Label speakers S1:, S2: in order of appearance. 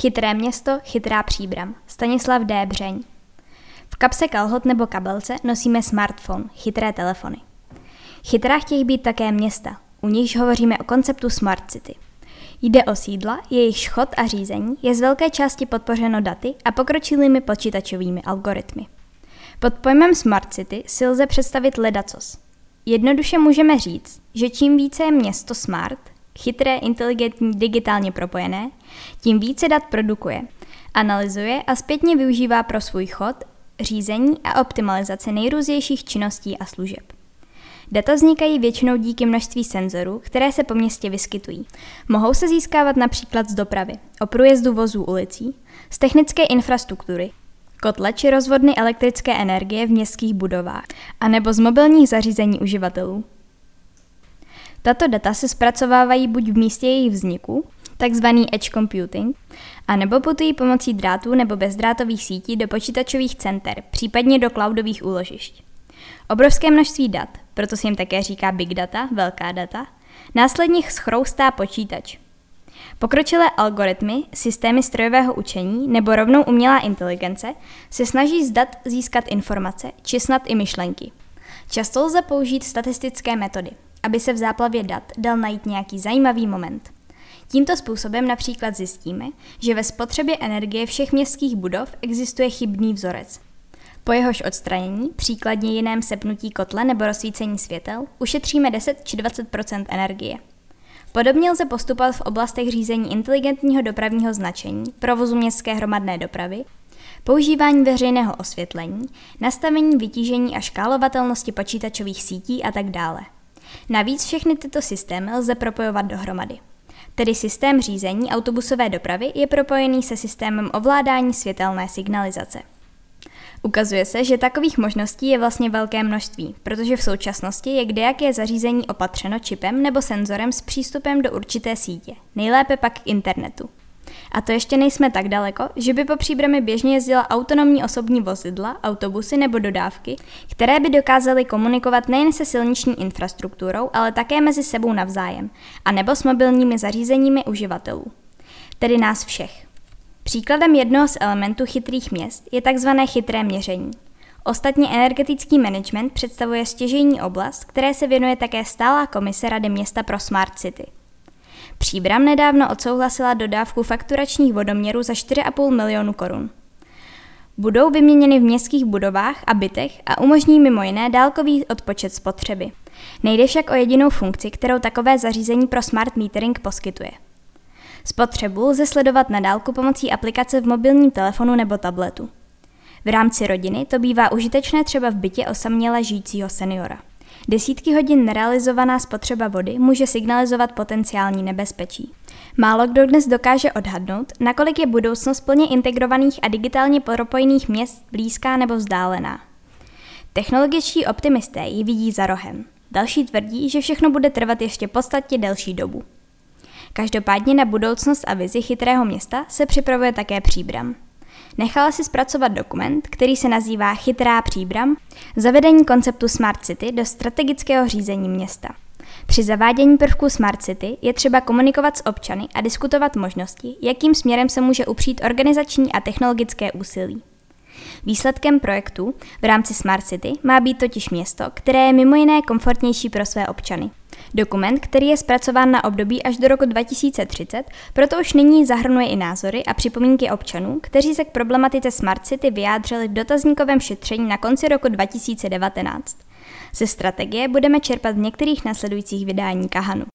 S1: Chytré město, chytrá Příbram. Stanislav D. Břeň. V kapse kalhot nebo kabelce nosíme smartphone, chytré telefony. Chytrá chtějí být také města, u nichž hovoříme o konceptu Smart City. Jde o sídla, jejich chod a řízení je z velké části podpořeno daty a pokročilými počítačovými algoritmy. Pod pojmem Smart City si lze představit ledacos. Jednoduše můžeme říct, že čím více je město smart, chytré, inteligentní, digitálně propojené, tím více dat produkuje, analyzuje a zpětně využívá pro svůj chod, řízení a optimalizaci nejrůznějších činností a služeb. Data vznikají většinou díky množství senzorů, které se po městě vyskytují. Mohou se získávat například z dopravy, o průjezdu vozů ulicí, z technické infrastruktury, kotle či rozvodny elektrické energie v městských budovách, anebo z mobilních zařízení uživatelů. Tato data se zpracovávají buď v místě jejich vzniku, takzvaný edge computing, anebo putují pomocí drátů nebo bezdrátových sítí do počítačových center, případně do cloudových úložišť. Obrovské množství dat, proto se jim také říká big data, velká data, následně schroustá počítač. Pokročilé algoritmy, systémy strojového učení nebo rovnou umělá inteligence se snaží z dat získat informace či snad i myšlenky. Často lze použít statistické metody, aby se v záplavě dat dal najít nějaký zajímavý moment. Tímto způsobem například zjistíme, že ve spotřebě energie všech městských budov existuje chybný vzorec. Po jehož odstranění, příkladně jiném sepnutí kotle nebo rozsvícení světel, ušetříme 10 či 20% energie. Podobně lze postupovat v oblastech řízení inteligentního dopravního značení, provozu městské hromadné dopravy, používání veřejného osvětlení, nastavení vytížení a škálovatelnosti počítačových sítí a tak dále. Navíc všechny tyto systémy lze propojovat dohromady. Tedy systém řízení autobusové dopravy je propojený se systémem ovládání světelné signalizace. Ukazuje se, že takových možností je vlastně velké množství, protože v současnosti je kdejaké zařízení opatřeno čipem nebo senzorem s přístupem do určité sítě, nejlépe pak k internetu. A to ještě nejsme tak daleko, že by po Příbrami běžně jezdila autonomní osobní vozidla, autobusy nebo dodávky, které by dokázaly komunikovat nejen se silniční infrastrukturou, ale také mezi sebou navzájem, anebo s mobilními zařízeními uživatelů. Tedy nás všech. Příkladem jednoho z elementů chytrých měst je tzv. Chytré měření. Ostatně energetický management představuje stěžejní oblast, které se věnuje také stálá komise Rady města pro Smart City. Příbram nedávno odsouhlasila dodávku fakturačních vodoměrů za 4,5 milionu korun. Budou vyměněny v městských budovách a bytech a umožní mimo jiné dálkový odpočet spotřeby. Nejde však o jedinou funkci, kterou takové zařízení pro smart metering poskytuje. Spotřebu lze sledovat na dálku pomocí aplikace v mobilním telefonu nebo tabletu. V rámci rodiny to bývá užitečné třeba v bytě osaměle žijícího seniora. Desítky hodin nerealizovaná spotřeba vody může signalizovat potenciální nebezpečí. Málo kdo dnes dokáže odhadnout, nakolik je budoucnost plně integrovaných a digitálně propojených měst blízká nebo vzdálená. Technologičtí optimisté ji vidí za rohem. Další tvrdí, že všechno bude trvat ještě podstatně delší dobu. Každopádně na budoucnost a vizi chytrého města se připravuje také Příbram. Nechala si zpracovat dokument, který se nazývá Chytrá Příbram, zavedení konceptu Smart City do strategického řízení města. Při zavádění prvků Smart City je třeba komunikovat s občany a diskutovat možnosti, jakým směrem se může upřít organizační a technologické úsilí. Výsledkem projektu v rámci Smart City má být totiž město, které je mimo jiné komfortnější pro své občany. Dokument, který je zpracován na období až do roku 2030, proto už nyní zahrnuje i názory a připomínky občanů, kteří se k problematice Smart City vyjádřili v dotazníkovém šetření na konci roku 2019. Ze strategie budeme čerpat v některých následujících vydání Kahanu.